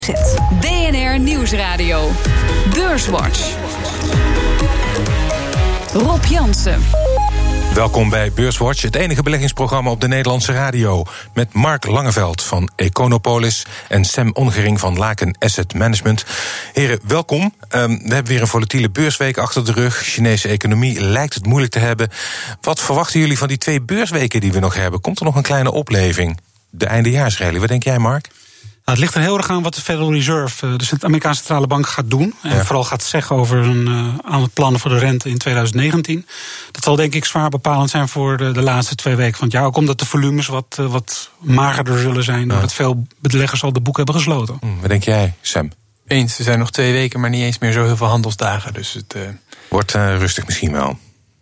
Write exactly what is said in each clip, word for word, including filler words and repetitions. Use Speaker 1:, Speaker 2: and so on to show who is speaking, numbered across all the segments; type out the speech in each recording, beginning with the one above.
Speaker 1: B N R Nieuwsradio. Beurswatch. Rob Jansen.
Speaker 2: Welkom bij Beurswatch, het enige beleggingsprogramma op de Nederlandse radio. Met Mark Langeveld van Econopolis en Sam Ongering van Laken Asset Management. Heren, welkom. Um, we hebben weer een volatiele beursweek achter de rug. Chinese economie lijkt het moeilijk te hebben. Wat verwachten jullie van die twee beursweken die we nog hebben? Komt er nog een kleine opleving? De eindejaarsrally, wat denk jij, Mark?
Speaker 3: Nou, het ligt er heel erg aan wat de Federal Reserve, dus de Amerikaanse centrale bank, gaat doen. En
Speaker 2: ja. vooral
Speaker 3: gaat zeggen over een uh, aan het plannen voor de rente in twintig negentien. Dat zal denk ik zwaar bepalend zijn voor de, de laatste twee weken van het jaar. Ook omdat de volumes wat, uh, wat magerder zullen zijn, doordat ja. veel beleggers al de boek hebben gesloten.
Speaker 2: Hm, wat denk jij, Sam?
Speaker 4: Eens, er zijn nog twee weken, maar niet eens meer zo heel veel handelsdagen. Dus het uh...
Speaker 2: wordt uh, rustig misschien wel.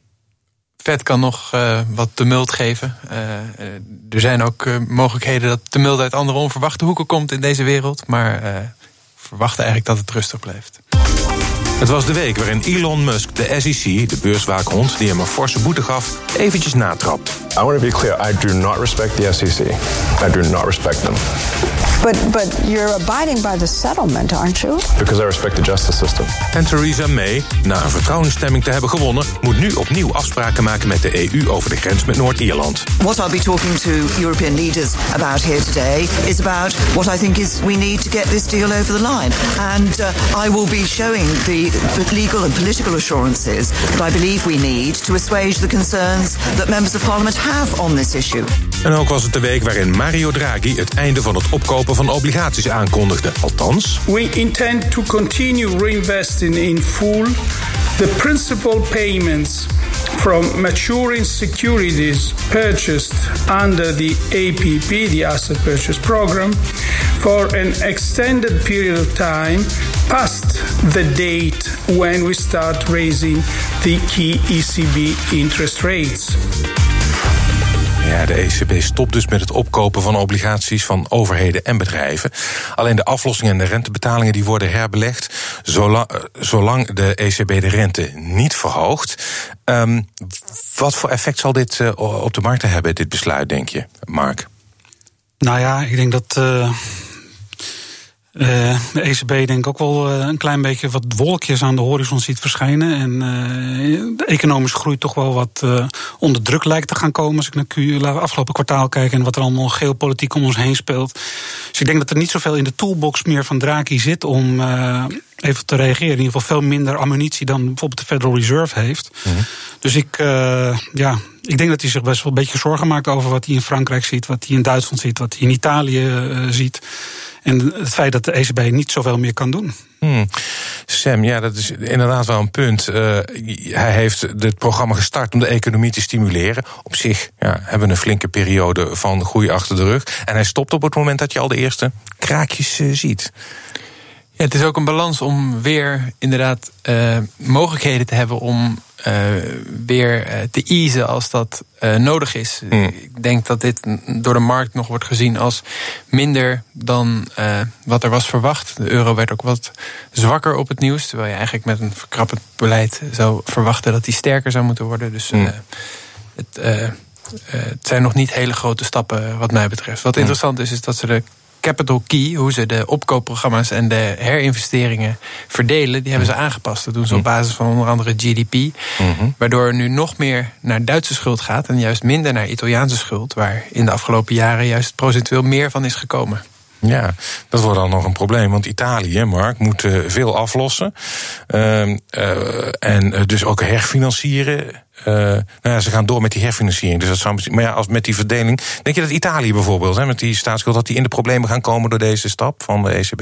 Speaker 4: Fed kan nog uh, wat tumult geven. Uh, uh, er zijn ook uh, mogelijkheden dat tumult uit andere onverwachte hoeken komt in deze wereld. Maar uh, we verwachten eigenlijk dat het rustig blijft.
Speaker 2: Het was de week waarin Elon Musk de S E C, de beurswaakhond, die hem een forse boete gaf, eventjes natrapt.
Speaker 5: I want to be clear, I do not respect the S E C. I do not respect them.
Speaker 6: But, but you're abiding by the settlement, aren't you?
Speaker 5: Because I respect the justice system.
Speaker 2: En Theresa May, na een vertrouwensstemming te hebben gewonnen, moet nu opnieuw afspraken maken met de E U over de grens met Noord-Ierland.
Speaker 7: What I'll be talking to European leaders about here today is about what I think is we need to get this deal over the line. And uh, I will be showing the legal and political assurances that I believe we need to assuage the concerns that members of parliament have on this issue.
Speaker 2: En ook was het de week waarin Mario Draghi het einde van het opkopen van obligaties aankondigde. Althans,
Speaker 8: we intend to continue reinvesting in full the principal payments from maturing securities purchased under the A P P, the Asset Purchase Program, for an extended period of time past the date when we start raising the key E C B interest rates.
Speaker 2: Ja, de E C B stopt dus met het opkopen van obligaties van overheden en bedrijven. Alleen de aflossingen en de rentebetalingen die worden herbelegd, zolang, zolang de E C B de rente niet verhoogt. Um, wat voor effect zal dit uh, op de markten hebben, dit besluit, denk je, Mark?
Speaker 3: Nou ja, ik denk dat Uh... Uh, de E C B denk ik ook wel uh, een klein beetje wat wolkjes aan de horizon ziet verschijnen. En uh, de economische groei toch wel wat uh, onder druk lijkt te gaan komen. Als ik naar Q afgelopen kwartaal kijk en wat er allemaal geopolitiek om ons heen speelt. Dus ik denk dat er niet zoveel in de toolbox meer van Draghi zit om uh, even te reageren. In ieder geval veel minder ammunitie dan bijvoorbeeld de Federal Reserve heeft. Mm-hmm. Dus ik, uh, ja, ik denk dat hij zich best wel een beetje zorgen maakt over wat hij in Frankrijk ziet, wat hij in Duitsland ziet, wat hij in Italië uh, ziet. En het feit dat de E C B niet zoveel meer kan doen.
Speaker 2: Hmm. Sam, ja, dat is inderdaad wel een punt. Uh, hij heeft het programma gestart om de economie te stimuleren. Op zich ja, hebben we een flinke periode van groei achter de rug. En hij stopt op het moment dat je al de eerste kraakjes uh, ziet.
Speaker 4: Ja, het is ook een balans om weer inderdaad uh, mogelijkheden te hebben om uh, weer uh, te easen als dat uh, nodig is. Mm. Ik denk dat dit door de markt nog wordt gezien als minder dan uh, wat er was verwacht. De euro werd ook wat zwakker op het nieuws, terwijl je eigenlijk met een verkrappend beleid zou verwachten dat die sterker zou moeten worden. Dus uh, mm. het, uh, uh, het zijn nog niet hele grote stappen wat mij betreft. Wat mm. interessant is, is dat ze de capital key, hoe ze de opkoopprogramma's en de herinvesteringen verdelen, die hebben ze aangepast. Dat doen ze op basis van onder andere G D P. Mm-hmm. Waardoor er nu nog meer naar Duitse schuld gaat en juist minder naar Italiaanse schuld, waar in de afgelopen jaren juist procentueel meer van is gekomen.
Speaker 2: Ja, dat wordt dan nog een probleem, want Italië, Mark, moet uh, veel aflossen. Uh, uh, en uh, dus ook herfinancieren. Uh, nou ja, ze gaan door met die herfinanciering. Dus dat zou, maar ja, als met die verdeling. Denk je dat Italië bijvoorbeeld, hè, met die staatsschuld, dat die in de problemen gaan komen door deze stap van de E C B?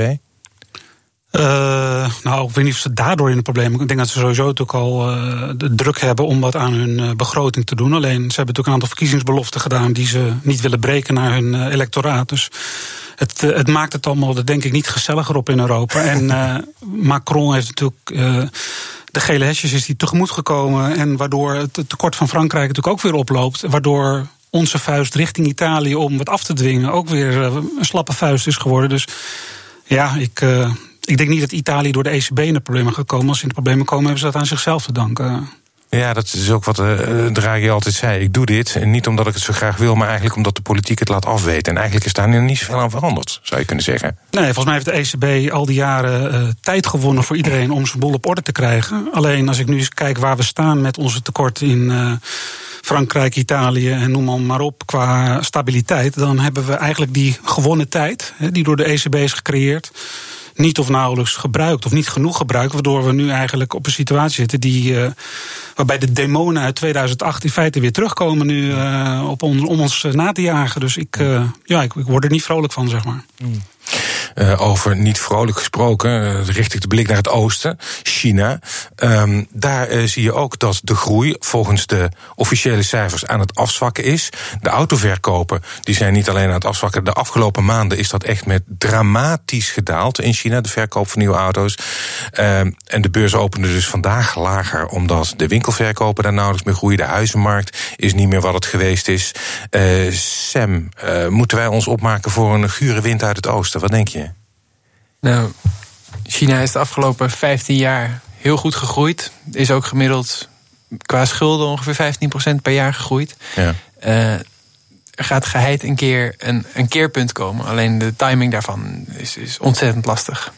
Speaker 3: Uh, nou, ik weet niet of ze daardoor in de problemen. Ik denk dat ze sowieso natuurlijk al uh, de druk hebben om wat aan hun uh, begroting te doen. Alleen ze hebben natuurlijk een aantal verkiezingsbeloften gedaan die ze niet willen breken naar hun uh, electoraat. Dus het, uh, het maakt het allemaal, denk ik, niet gezelliger op in Europa. En uh, Macron heeft natuurlijk Uh, de gele hesjes is die tegemoet gekomen. En waardoor het tekort van Frankrijk natuurlijk ook weer oploopt. Waardoor onze vuist richting Italië om wat af te dwingen ook weer een slappe vuist is geworden. Dus ja, ik, uh, ik denk niet dat Italië door de E C B in de problemen gaat komen. Als ze in de problemen komen, hebben ze dat aan zichzelf te danken.
Speaker 2: Ja, dat is ook wat uh, Draghi altijd zei. Ik doe dit, en niet omdat ik het zo graag wil, maar eigenlijk omdat de politiek het laat afweten. En eigenlijk is daar nu niet zoveel aan veranderd, zou je kunnen zeggen.
Speaker 3: Nee, volgens mij heeft de E C B al die jaren uh, tijd gewonnen voor iedereen om zijn boel op orde te krijgen. Alleen als ik nu eens kijk waar we staan met onze tekort in uh, Frankrijk, Italië en noem maar op qua stabiliteit, dan hebben we eigenlijk die gewonnen tijd, hè, die door de E C B is gecreëerd, niet of nauwelijks gebruikt of niet genoeg gebruikt, waardoor we nu eigenlijk op een situatie zitten die uh, waarbij de demonen uit tweeduizend acht in feite weer terugkomen nu uh, op on, om ons na te jagen. Dus ik, uh, ja, ik, ik word er niet vrolijk van, zeg maar.
Speaker 2: Mm. Uh, over niet vrolijk gesproken, uh, richt ik de blik naar het oosten, China. Um, daar uh, zie je ook dat de groei volgens de officiële cijfers aan het afzwakken is. De autoverkopen die zijn niet alleen aan het afzwakken. De afgelopen maanden is dat echt met dramatisch gedaald in China, de verkoop van nieuwe auto's. Uh, en de beurs opende dus vandaag lager, omdat de winkelverkopen daar nauwelijks meer groeien. De huizenmarkt is niet meer wat het geweest is. Uh, Sam, uh, moeten wij ons opmaken voor een gure wind uit het oosten? Wat denk je?
Speaker 4: Nou, China is de afgelopen vijftien jaar heel goed gegroeid. Is ook gemiddeld qua schulden ongeveer vijftien procent per jaar gegroeid. Ja. Uh, er gaat geheid een keer een, een keerpunt komen. Alleen de timing daarvan is, is ontzettend lastig.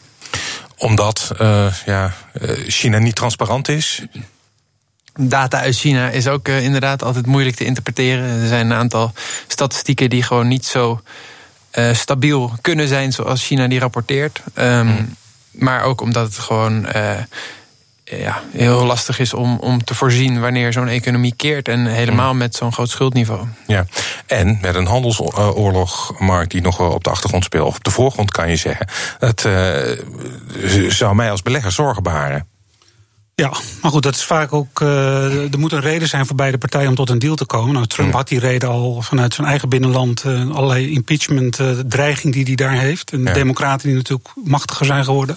Speaker 2: Omdat uh, ja, China niet transparant is?
Speaker 4: Data uit China is ook uh, inderdaad altijd moeilijk te interpreteren. Er zijn een aantal statistieken die gewoon niet zo Uh, stabiel kunnen zijn zoals China die rapporteert. Um, mm. Maar ook omdat het gewoon uh, ja, heel lastig is om, om te voorzien wanneer zo'n economie keert. En helemaal mm. met zo'n groot schuldniveau.
Speaker 2: Ja, en met een handelsoorlog, Mark, die nog wel op de achtergrond speelt, of op de voorgrond kan je zeggen. Het uh, zou mij als belegger zorgen baren.
Speaker 3: Ja, maar goed, dat is vaak ook. Uh, er moet een reden zijn voor beide partijen om tot een deal te komen. Nou, Trump had die reden al vanuit zijn eigen binnenland. Uh, allerlei impeachment, uh, dreiging die hij daar heeft. En de ja. Democraten die natuurlijk machtiger zijn geworden.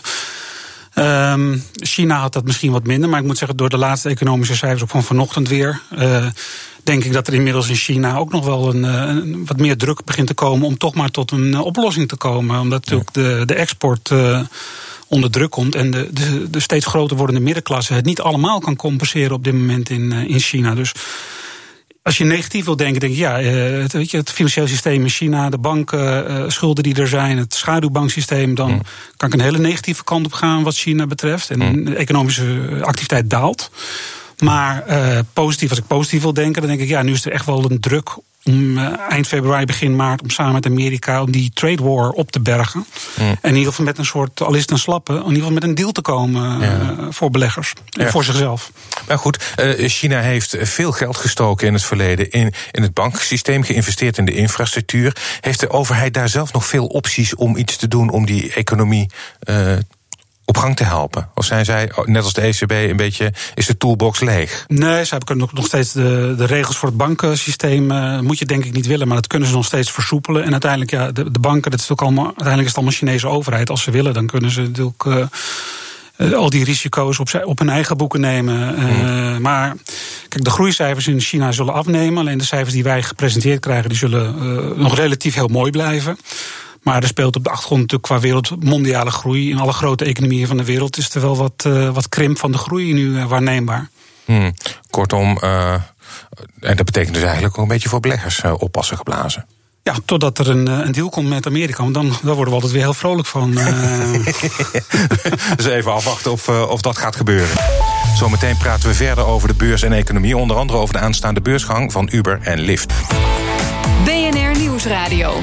Speaker 3: Um, China had dat misschien wat minder, maar ik moet zeggen, door de laatste economische cijfers ook van vanochtend weer, Uh, denk ik dat er inmiddels in China ook nog wel een, een wat meer druk begint te komen om toch maar tot een oplossing te komen. Omdat natuurlijk de, de export Uh, onder druk komt en de, de, de steeds groter wordende middenklasse het niet allemaal kan compenseren op dit moment in, in China. Dus als je negatief wil denken, denk ik, ja, het, weet je, het financiële systeem in China, de banken, uh, schulden die er zijn, het schaduwbanksysteem, dan mm. kan ik een hele negatieve kant op gaan wat China betreft. En mm. de economische activiteit daalt. Maar uh, positief, als ik positief wil denken, dan denk ik, ja, nu is er echt wel een druk om uh, eind februari, begin maart, om samen met Amerika om die trade war op te bergen. Mm. En in ieder geval met een soort, al is het een slappe, in ieder geval met een deal te komen uh, ja. voor beleggers en ja. voor zichzelf.
Speaker 2: Maar goed, uh, China heeft veel geld gestoken in het verleden in, in het bankensysteem, geïnvesteerd in de infrastructuur. Heeft de overheid daar zelf nog veel opties om iets te doen om die economie Uh, op gang te helpen? Of zijn zij, net als de E C B, een beetje, is de toolbox leeg? Nee,
Speaker 3: ze hebben nog steeds de, de regels voor het bankensysteem, uh, moet je denk ik niet willen, maar dat kunnen ze nog steeds versoepelen. En uiteindelijk, ja, de, de banken, dat is ook allemaal, uiteindelijk is het allemaal Chinese overheid. Als ze willen, dan kunnen ze natuurlijk Uh, Uh, al die risico's op, op hun eigen boeken nemen. Uh, mm. Maar kijk, de groeicijfers in China zullen afnemen. Alleen de cijfers die wij gepresenteerd krijgen, die zullen uh, nog relatief heel mooi blijven. Maar er speelt op de achtergrond natuurlijk qua wereld mondiale groei. In alle grote economieën van de wereld is er wel wat, uh, wat krimp van de groei nu uh, waarneembaar.
Speaker 2: Hmm. Kortom, uh, en dat betekent dus eigenlijk ook een beetje voor beleggers uh, oppassen geblazen.
Speaker 3: Ja, totdat er een, een deal komt met Amerika. Want dan, dan worden we altijd weer heel vrolijk van. Uh...
Speaker 2: dus even afwachten of, uh, of dat gaat gebeuren. Zometeen praten we verder over de beurs en economie. Onder andere over de aanstaande beursgang van Uber en Lyft.
Speaker 1: B N R Nieuwsradio.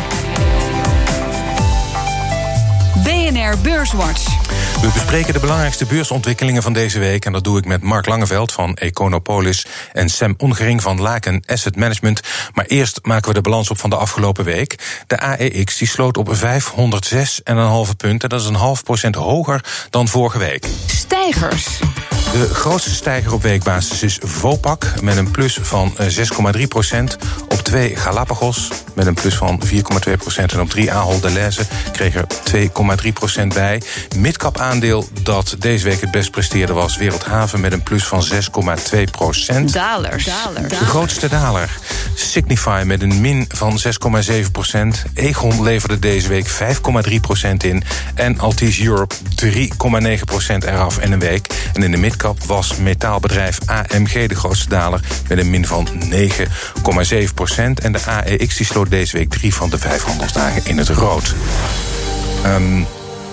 Speaker 1: B N R Beurswatch.
Speaker 2: We bespreken de belangrijkste beursontwikkelingen van deze week. En dat doe ik met Mark Langeveld van Econopolis en Sam Ongering van Laken Asset Management. Maar eerst maken we de balans op van de afgelopen week. De A E X die sloot op vijfhonderdzes komma vijf punten. Dat is een half procent hoger dan vorige week.
Speaker 1: Stijgers.
Speaker 2: De grootste stijger op weekbasis is Vopak met een plus van zes komma drie procent. Op twee Galapagos met een plus van vier komma twee procent. En op drie Ahold Delhaize kreeg er twee komma drie procent bij. Midcap aandeel dat deze week het best presteerde was Wereldhaven met een plus van zes komma twee procent.
Speaker 1: Dalers. Dalers.
Speaker 2: De grootste daler. Signify met een min van zes komma zeven procent. Aegon leverde deze week vijf komma drie procent in. En Altice Europe drie komma negen procent eraf in een week. En in de midcap midcap was metaalbedrijf A M G de grootste daler met een min van negen komma zeven procent. En de A E X die sloot deze week drie van de vijf handelsdagen in het rood. Um,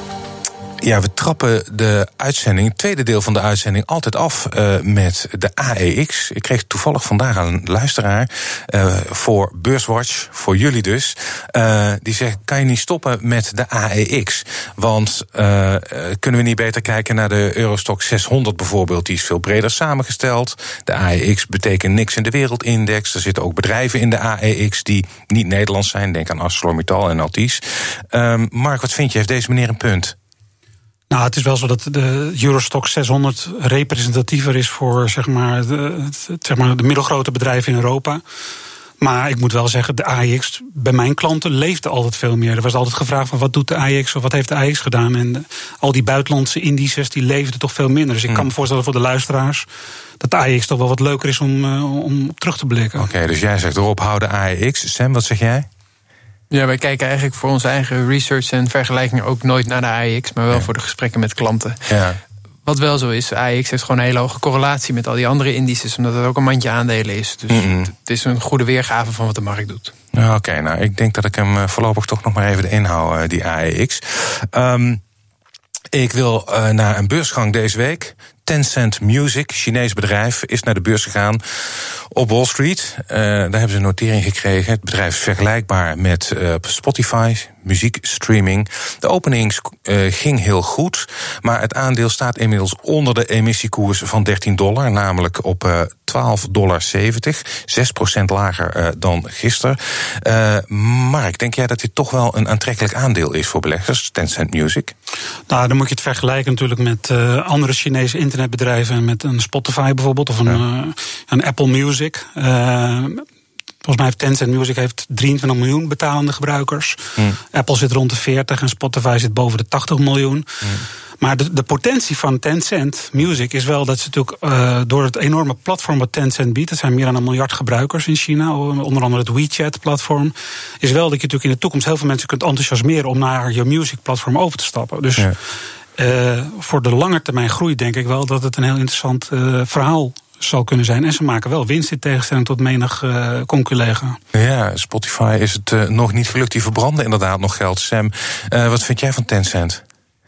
Speaker 2: Ja, we trappen de uitzending, het tweede deel van de uitzending, altijd af uh, met de A E X. Ik kreeg toevallig vandaag een luisteraar uh, voor Beurswatch, voor jullie dus. Uh, die zegt, kan je niet stoppen met de A E X? Want uh, kunnen we niet beter kijken naar de Eurostoxx zeshonderd bijvoorbeeld? Die is veel breder samengesteld. De A E X betekent niks in de wereldindex. Er zitten ook bedrijven in de A E X die niet Nederlands zijn. Denk aan ArcelorMittal en Altis. Um, Mark, wat vind je? Heeft deze meneer een punt?
Speaker 3: Nou, het is wel zo dat de Eurostoxx zeshonderd representatiever is voor zeg maar, de, zeg maar, de middelgrote bedrijven in Europa. Maar ik moet wel zeggen, de A E X, bij mijn klanten leefde altijd veel meer. Er was altijd gevraagd van wat doet de A E X of wat heeft de A E X gedaan. En de, al die buitenlandse indices, die leefden toch veel minder. Dus ik kan me voorstellen voor de luisteraars dat de A E X toch wel wat leuker is om, uh, om op terug te blikken.
Speaker 2: Oké, okay, dus jij zegt erop houden A E X. Sam, wat zeg jij?
Speaker 4: Ja, wij kijken eigenlijk voor onze eigen research en vergelijkingen ook nooit naar de A E X, maar wel ja. voor de gesprekken met klanten. Ja. Wat wel zo is, A E X heeft gewoon een hele hoge correlatie met al die andere indices, omdat het ook een mandje aandelen is. Dus mm-hmm. het is een goede weergave van wat de markt doet.
Speaker 2: Oké, okay, nou, ik denk dat ik hem voorlopig toch nog maar even inhoud, die A E X. Um, ik wil uh, naar een beursgang deze week. Tencent Music, Chinees bedrijf, is naar de beurs gegaan op Wall Street. Uh, daar hebben ze een notering gekregen. Het bedrijf is vergelijkbaar met uh, Spotify, muziekstreaming. De opening uh, ging heel goed, maar het aandeel staat inmiddels onder de emissiekoers van dertien dollar, namelijk op uh, twaalf dollar zeventig, zes procent lager uh, dan gisteren. Uh, Mark, denk jij dat dit toch wel een aantrekkelijk aandeel is voor beleggers, Tencent Music?
Speaker 3: Nou, dan moet je het vergelijken natuurlijk met uh, andere Chinese internetbedrijven, met een Spotify bijvoorbeeld, of een, ja. uh, een Apple Music. Uh, Volgens mij heeft Tencent Music heeft drieëntwintig miljoen betalende gebruikers. Mm. Apple zit rond de veertig en Spotify zit boven de tachtig miljoen. Mm. Maar de, de potentie van Tencent Music is wel dat ze natuurlijk uh, door het enorme platform wat Tencent biedt, dat zijn meer dan een miljard gebruikers in China, onder andere het WeChat-platform, is wel dat je natuurlijk in de toekomst heel veel mensen kunt enthousiasmeren om naar je music-platform over te stappen. Dus ja. uh, voor de lange termijn groei denk ik wel dat het een heel interessant uh, verhaal zal kunnen zijn. En ze maken wel winst in tegenstelling tot menig uh, conculega.
Speaker 2: Ja, Spotify is het uh, nog niet gelukt. Die verbranden inderdaad nog geld. Sam, uh, wat vind jij van Tencent?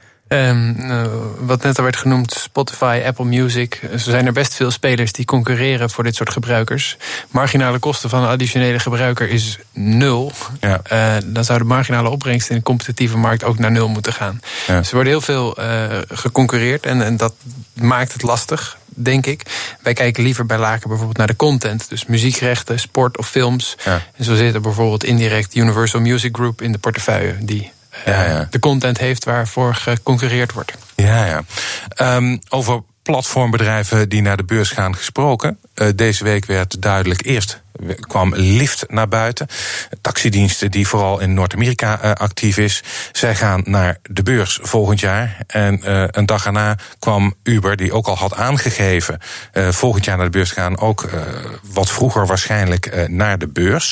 Speaker 4: Um, uh, wat net al werd genoemd, Spotify, Apple Music. Er zijn er best veel spelers die concurreren voor dit soort gebruikers. Marginale kosten van een additionele gebruiker is nul. Ja. Uh, dan zou de marginale opbrengst in de competitieve markt ook naar nul moeten gaan. Ja. Dus er wordt heel veel uh, geconcurreerd en, en dat maakt het lastig, denk ik. Wij kijken liever bij Laken bijvoorbeeld naar de content. Dus muziekrechten, sport of films. Ja. En zo zit er bijvoorbeeld indirect Universal Music Group in de portefeuille die Ja, ja. de content heeft waarvoor geconcurreerd wordt.
Speaker 2: Ja, ja. Um, over platformbedrijven die naar de beurs gaan gesproken. Uh, deze week werd duidelijk, eerst kwam Lyft naar buiten. Taxidiensten die vooral in Noord-Amerika uh, actief is. Zij gaan naar de beurs volgend jaar. En uh, een dag erna kwam Uber, die ook al had aangegeven uh, volgend jaar naar de beurs gaan. Ook uh, wat vroeger waarschijnlijk uh, naar de beurs.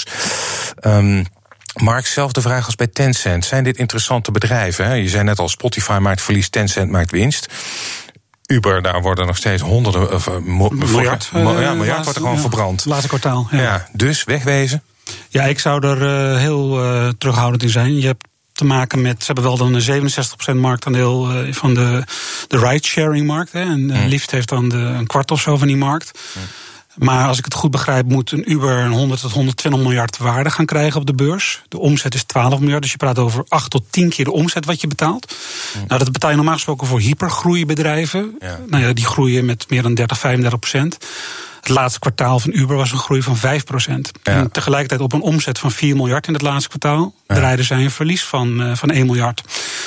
Speaker 2: Um, Mark, zelfde vraag als bij Tencent. Zijn dit interessante bedrijven? Hè? Je zei net al, Spotify maakt verlies, Tencent maakt winst. Uber, daar worden nog steeds honderden... Uh, mo-
Speaker 3: miljard.
Speaker 2: Mo- ja, miljard laatste, wordt er gewoon ja, verbrand.
Speaker 3: Laatste kwartaal. Ja.
Speaker 2: ja, dus wegwezen?
Speaker 3: Ja, ik zou er uh, heel uh, terughoudend in zijn. Je hebt te maken met... Ze hebben wel dan een zevenenzestig procent marktaandeel uh, van de, de ride-sharing-markt. Hè, en uh, hmm. Lyft heeft dan de, een kwart of zo van die markt. Hmm. Maar als ik het goed begrijp, moet een Uber een honderd tot honderdtwintig miljard waarde gaan krijgen op de beurs. De omzet is twaalf miljard, dus je praat over acht tot tien keer de omzet wat je betaalt. Ja. Nou, dat betaal je normaal gesproken voor hypergroeibedrijven. Ja. Nou ja, die groeien met meer dan dertig, vijfendertig procent. Het laatste kwartaal van Uber was een groei van vijf procent. Ja. En tegelijkertijd op een omzet van vier miljard in het laatste kwartaal ja. draaiden zij een verlies van, uh, van één miljard.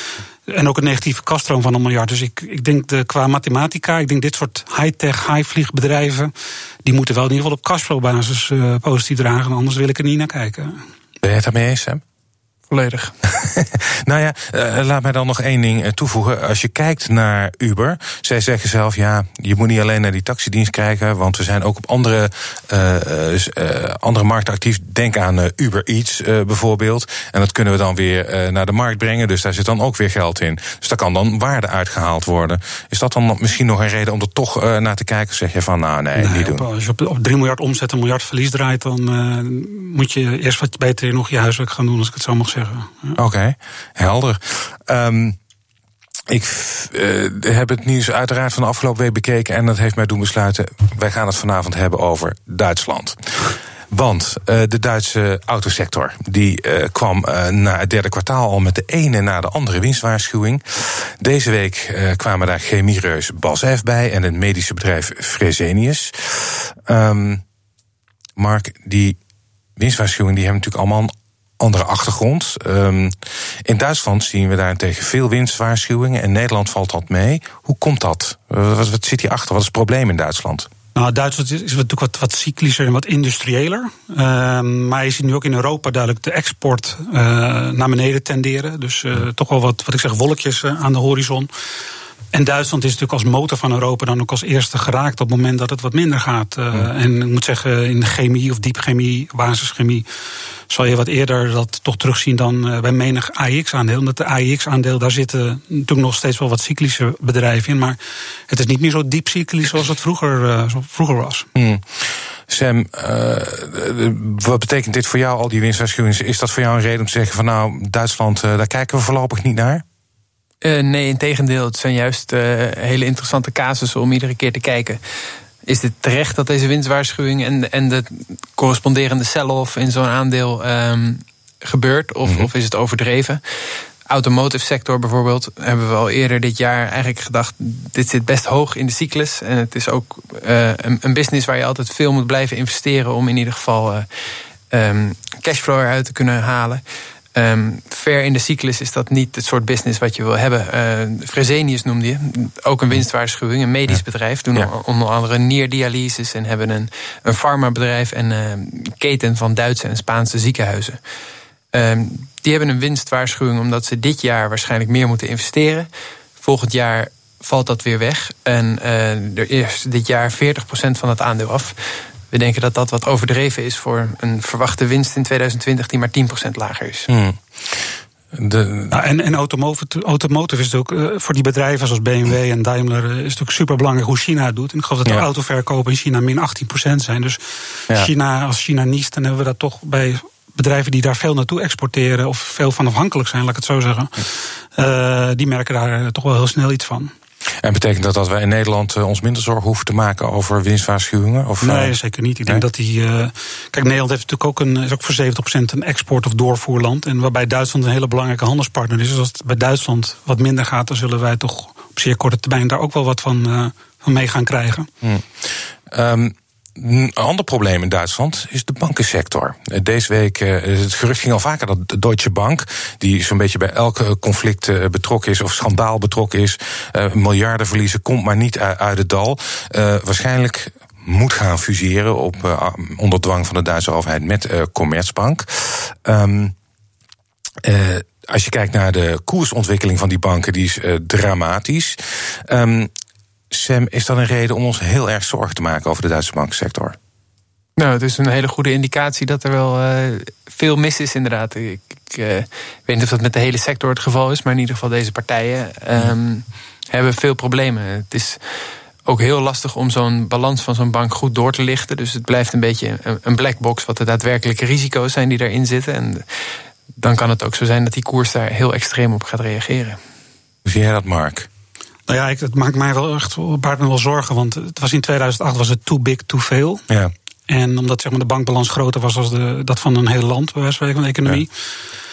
Speaker 3: En ook een negatieve kaststroom van een miljard. Dus ik, ik denk de, qua mathematica, ik denk dit soort high-tech, high-vliegbedrijven, die moeten wel in ieder geval op cashflow-basis uh, positief dragen. Anders wil ik er niet naar kijken.
Speaker 2: Ben je het daarmee eens, Sam?
Speaker 4: Volledig.
Speaker 2: Nou ja, uh, laat mij dan nog één ding uh, toevoegen. Als je kijkt naar Uber, zij zeggen zelf, ja, je moet niet alleen naar die taxidienst kijken, want we zijn ook op andere, uh, uh, andere markten actief. Denk aan uh, Uber Eats uh, bijvoorbeeld. En dat kunnen we dan weer uh, naar de markt brengen, dus daar zit dan ook weer geld in. Dus daar kan dan waarde uitgehaald worden. Is dat dan misschien nog een reden om er toch uh, naar te kijken? Of zeg je van, nou nee, nee niet doen?
Speaker 3: Op, als je op, op drie miljard omzet een miljard verlies draait, dan uh, moet je eerst wat beter nog je huiswerk gaan doen, als ik het zo mag zeggen. Ja.
Speaker 2: Oké, okay, helder. Um, ik uh, heb het nieuws uiteraard van de afgelopen week bekeken en dat heeft mij doen besluiten, wij gaan het vanavond hebben over Duitsland. Want uh, de Duitse autosector die uh, kwam uh, na het derde kwartaal al met de ene na de andere winstwaarschuwing. Deze week uh, kwamen daar chemiereus B A S F bij en het medische bedrijf Fresenius. Um, Mark, die winstwaarschuwing die hebben natuurlijk allemaal een andere achtergrond. Um, in Duitsland zien we daarentegen veel winstwaarschuwingen. In Nederland valt dat mee. Hoe komt dat? Wat, wat zit hierachter? Wat is het probleem in Duitsland?
Speaker 3: Nou, Duitsland is natuurlijk wat, wat cyclischer en wat industrieeler. Uh, maar je ziet nu ook in Europa duidelijk de export uh, naar beneden tenderen. Dus uh, toch wel wat, wat ik zeg, wolkjes uh, aan de horizon. En Duitsland is natuurlijk als motor van Europa dan ook als eerste geraakt op het moment dat het wat minder gaat. Uh, ja. En ik moet zeggen, in de chemie of diepchemie, basischemie, zal je wat eerder dat toch terugzien dan uh, bij menig A I X-aandeel. Omdat de A I X-aandeel, daar zitten natuurlijk nog steeds wel wat cyclische bedrijven in. Maar het is niet meer zo diep cyclisch zoals het vroeger, uh, zo vroeger was.
Speaker 2: Hmm. Sam, uh, wat betekent dit voor jou, al die winstwaarschuwingen? Is dat voor jou een reden om te zeggen van nou, Duitsland, uh, daar kijken we voorlopig niet naar?
Speaker 4: Uh, nee, integendeel. Het zijn juist uh, hele interessante casussen om iedere keer te kijken. Is het terecht dat deze winstwaarschuwing en, en de corresponderende sell-off in zo'n aandeel um, gebeurt? Of, mm-hmm. of is het overdreven? Automotive sector bijvoorbeeld hebben we al eerder dit jaar eigenlijk gedacht, dit zit best hoog in de cyclus. En het is ook uh, een, een business waar je altijd veel moet blijven investeren om in ieder geval uh, um, cashflow eruit te kunnen halen. Um, ver in de cyclus is dat niet het soort business wat je wil hebben. Uh, Fresenius noemde je, ook een winstwaarschuwing, een medisch ja. bedrijf. Doen ja. onder andere nierdialyses en hebben een, een farmabedrijf en een keten van Duitse en Spaanse ziekenhuizen. Um, die hebben een winstwaarschuwing omdat ze dit jaar waarschijnlijk meer moeten investeren. Volgend jaar valt dat weer weg. En uh, er is dit jaar veertig procent van het aandeel af. We denken dat dat wat overdreven is voor een verwachte winst in tweeduizend twintig die maar tien procent lager is.
Speaker 2: Hmm. De...
Speaker 3: Nou, en en automotive, automotive is ook uh, voor die bedrijven zoals B M W en Daimler uh, is het ook super belangrijk hoe China het doet. En ik geloof dat de ja. autoverkopen in China min achttien procent zijn. Dus ja. China, als China niest, dan hebben we dat toch bij bedrijven die daar veel naartoe exporteren of veel van afhankelijk zijn, laat ik het zo zeggen. Uh, die merken daar toch wel heel snel iets van.
Speaker 2: En betekent dat dat wij in Nederland uh, ons minder zorgen hoeven te maken over winstwaarschuwingen? Of,
Speaker 3: nee, uh, zeker niet. Ik denk nee? dat die. Uh, kijk, Nederland heeft natuurlijk ook een, is ook voor zeventig procent een export- of doorvoerland. En waarbij Duitsland een hele belangrijke handelspartner is. Dus als het bij Duitsland wat minder gaat, dan zullen wij toch op zeer korte termijn daar ook wel wat van, uh, van mee gaan krijgen.
Speaker 2: Hmm. Um, Een ander probleem in Duitsland is de bankensector. Deze week, het gerucht ging al vaker dat de Deutsche Bank, die zo'n beetje bij elk conflict betrokken is of schandaal betrokken is, miljarden verliezen, komt maar niet uit het dal. Uh, waarschijnlijk moet gaan fuseren op uh, onder dwang van de Duitse overheid met uh, Commerzbank. Um, uh, als je kijkt naar de koersontwikkeling van die banken, die is uh, dramatisch. Um, Sam, is dat een reden om ons heel erg zorgen te maken over de Duitse bankensector?
Speaker 4: Nou, het is een hele goede indicatie dat er wel uh, veel mis is inderdaad. Ik, ik uh, weet niet of dat met de hele sector het geval is, maar in ieder geval deze partijen um, hebben veel problemen. Het is ook heel lastig om zo'n balans van zo'n bank goed door te lichten. Dus het blijft een beetje een black box wat de daadwerkelijke risico's zijn die daarin zitten. En dan kan het ook zo zijn dat die koers daar heel extreem op gaat reageren.
Speaker 2: Hoe zie jij dat, Mark?
Speaker 3: Nou ja, ik, het maakt mij wel echt baart me wel zorgen. Want het was in tweeduizend acht was het too big, too veel.
Speaker 2: Ja.
Speaker 3: En omdat zeg maar, de bankbalans groter was als de, dat van een heel land, bij wijze van van de economie. Ja.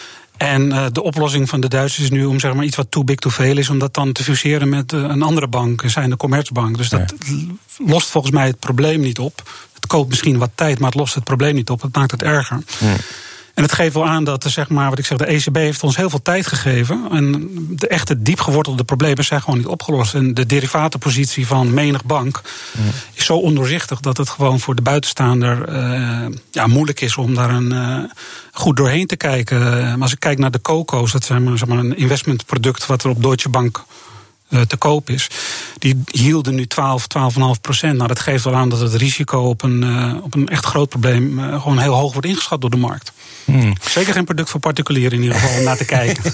Speaker 3: En uh, de oplossing van de Duitsers is nu om zeg maar, iets wat too big, too veel is, om dat dan te fuseren met uh, een andere bank, zijn de Commerzbank. Dus dat ja. lost volgens mij het probleem niet op. Het koopt misschien wat tijd, maar het lost het probleem niet op. Het maakt het erger. Ja. En het geeft wel aan dat, zeg maar, wat ik zeg, de E C B heeft ons heel veel tijd gegeven. En de echte diepgewortelde problemen zijn gewoon niet opgelost. En de derivatenpositie van menig bank mm. is zo ondoorzichtig dat het gewoon voor de buitenstaander uh, ja, moeilijk is om daar een, uh, goed doorheen te kijken. Maar als ik kijk naar de CoCo's, dat zijn zeg maar, een investmentproduct wat er op Deutsche Bank uh, te koop is. Die hielden nu twaalf, twaalf komma vijf procent. Nou, dat geeft wel aan dat het risico op een, uh, op een echt groot probleem uh, gewoon heel hoog wordt ingeschat door de markt. Hmm. Zeker geen product voor particulieren in ieder geval om naar te kijken.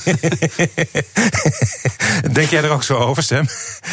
Speaker 2: Denk jij er ook zo over, Sam?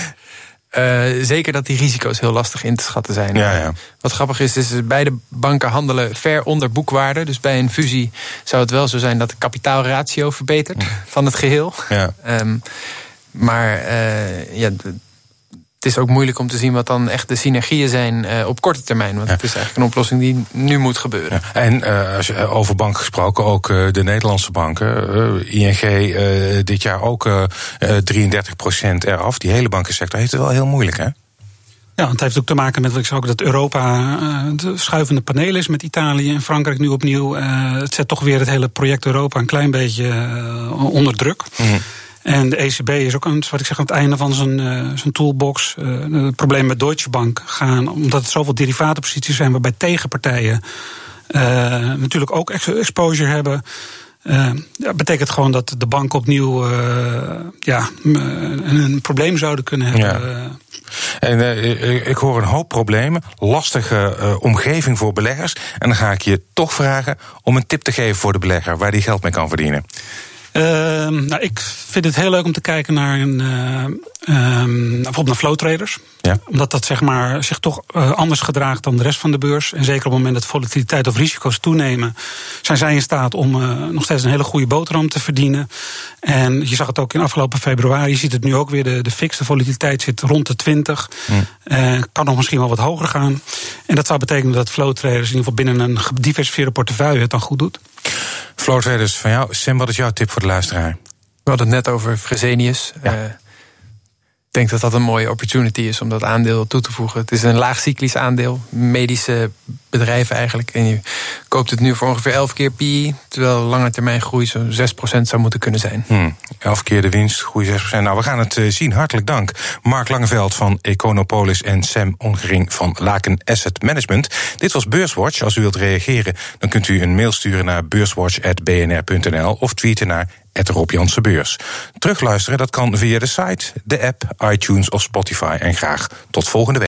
Speaker 4: Uh, zeker dat die risico's heel lastig in te schatten zijn.
Speaker 2: Ja, ja.
Speaker 4: Wat grappig is, is beide banken handelen ver onder boekwaarde. Dus bij een fusie zou het wel zo zijn dat de kapitaalratio verbetert van het geheel. Ja. Um, maar uh, ja, het is ook moeilijk om te zien wat dan echt de synergieën zijn uh, op korte termijn. Want ja. het is eigenlijk een oplossing die nu moet gebeuren.
Speaker 2: Ja. En uh, als je, over banken gesproken, ook uh, de Nederlandse banken. Uh, I N G uh, dit jaar ook uh, drieëndertig procent eraf. Die hele bankensector heeft het wel heel moeilijk, hè?
Speaker 3: Ja, het heeft ook te maken met wat ik zei ook, dat Europa uh, de schuivende paneel is met Italië en Frankrijk nu opnieuw. Uh, het zet toch weer het hele project Europa een klein beetje uh, onder druk. Mm-hmm. En de E C B is ook een, wat ik zeg, aan het einde van zijn, uh, zijn toolbox. Uh, het probleem met Deutsche Bank gaan, omdat het zoveel derivatenposities zijn waarbij tegenpartijen uh, natuurlijk ook exposure hebben. Uh, ja, betekent gewoon dat de banken opnieuw uh, ja, een, een probleem zouden kunnen hebben. Ja.
Speaker 2: En uh, ik hoor een hoop problemen, lastige uh, omgeving voor beleggers. En dan ga ik je toch vragen om een tip te geven voor de belegger waar die geld mee kan verdienen.
Speaker 3: Uh, nou, ik vind het heel leuk om te kijken naar een, uh, um, bijvoorbeeld naar flow traders. Ja. Omdat dat zeg maar, zich toch uh, anders gedraagt dan de rest van de beurs. En zeker op het moment dat volatiliteit of risico's toenemen, zijn zij in staat om uh, nog steeds een hele goede boterham te verdienen. En je zag het ook in afgelopen februari. Je ziet het nu ook weer. De, de fixte volatiliteit zit rond de twintig. Mm. Uh, kan nog misschien wel wat hoger gaan. En dat zou betekenen dat flow traders in ieder geval binnen een gediversifieerde portefeuille het dan goed doet.
Speaker 2: Flow traders van jou. Sam, wat is jouw tip voor de luisteraar?
Speaker 4: We hadden het net over Fresenius. Ja. Uh, ik denk dat dat een mooie opportunity is om dat aandeel toe te voegen. Het is een laagcyclisch aandeel, medische bedrijven eigenlijk. En je koopt het nu voor ongeveer elf keer P E, terwijl lange termijn groei zo'n zes procent zou moeten kunnen zijn.
Speaker 2: Hmm, elf keer de winst, groei zes procent. Nou, we gaan het uh, zien. Hartelijk dank. Mark Langeveld van Econopolis en Sam Ongering van Laken Asset Management. Dit was Beurswatch. Als u wilt reageren, dan kunt u een mail sturen naar beurswatch at b n r punt n l of tweeten naar at Rob Jansen Beurs. Terugluisteren, dat kan via de site, de app, iTunes of Spotify. En graag tot volgende week.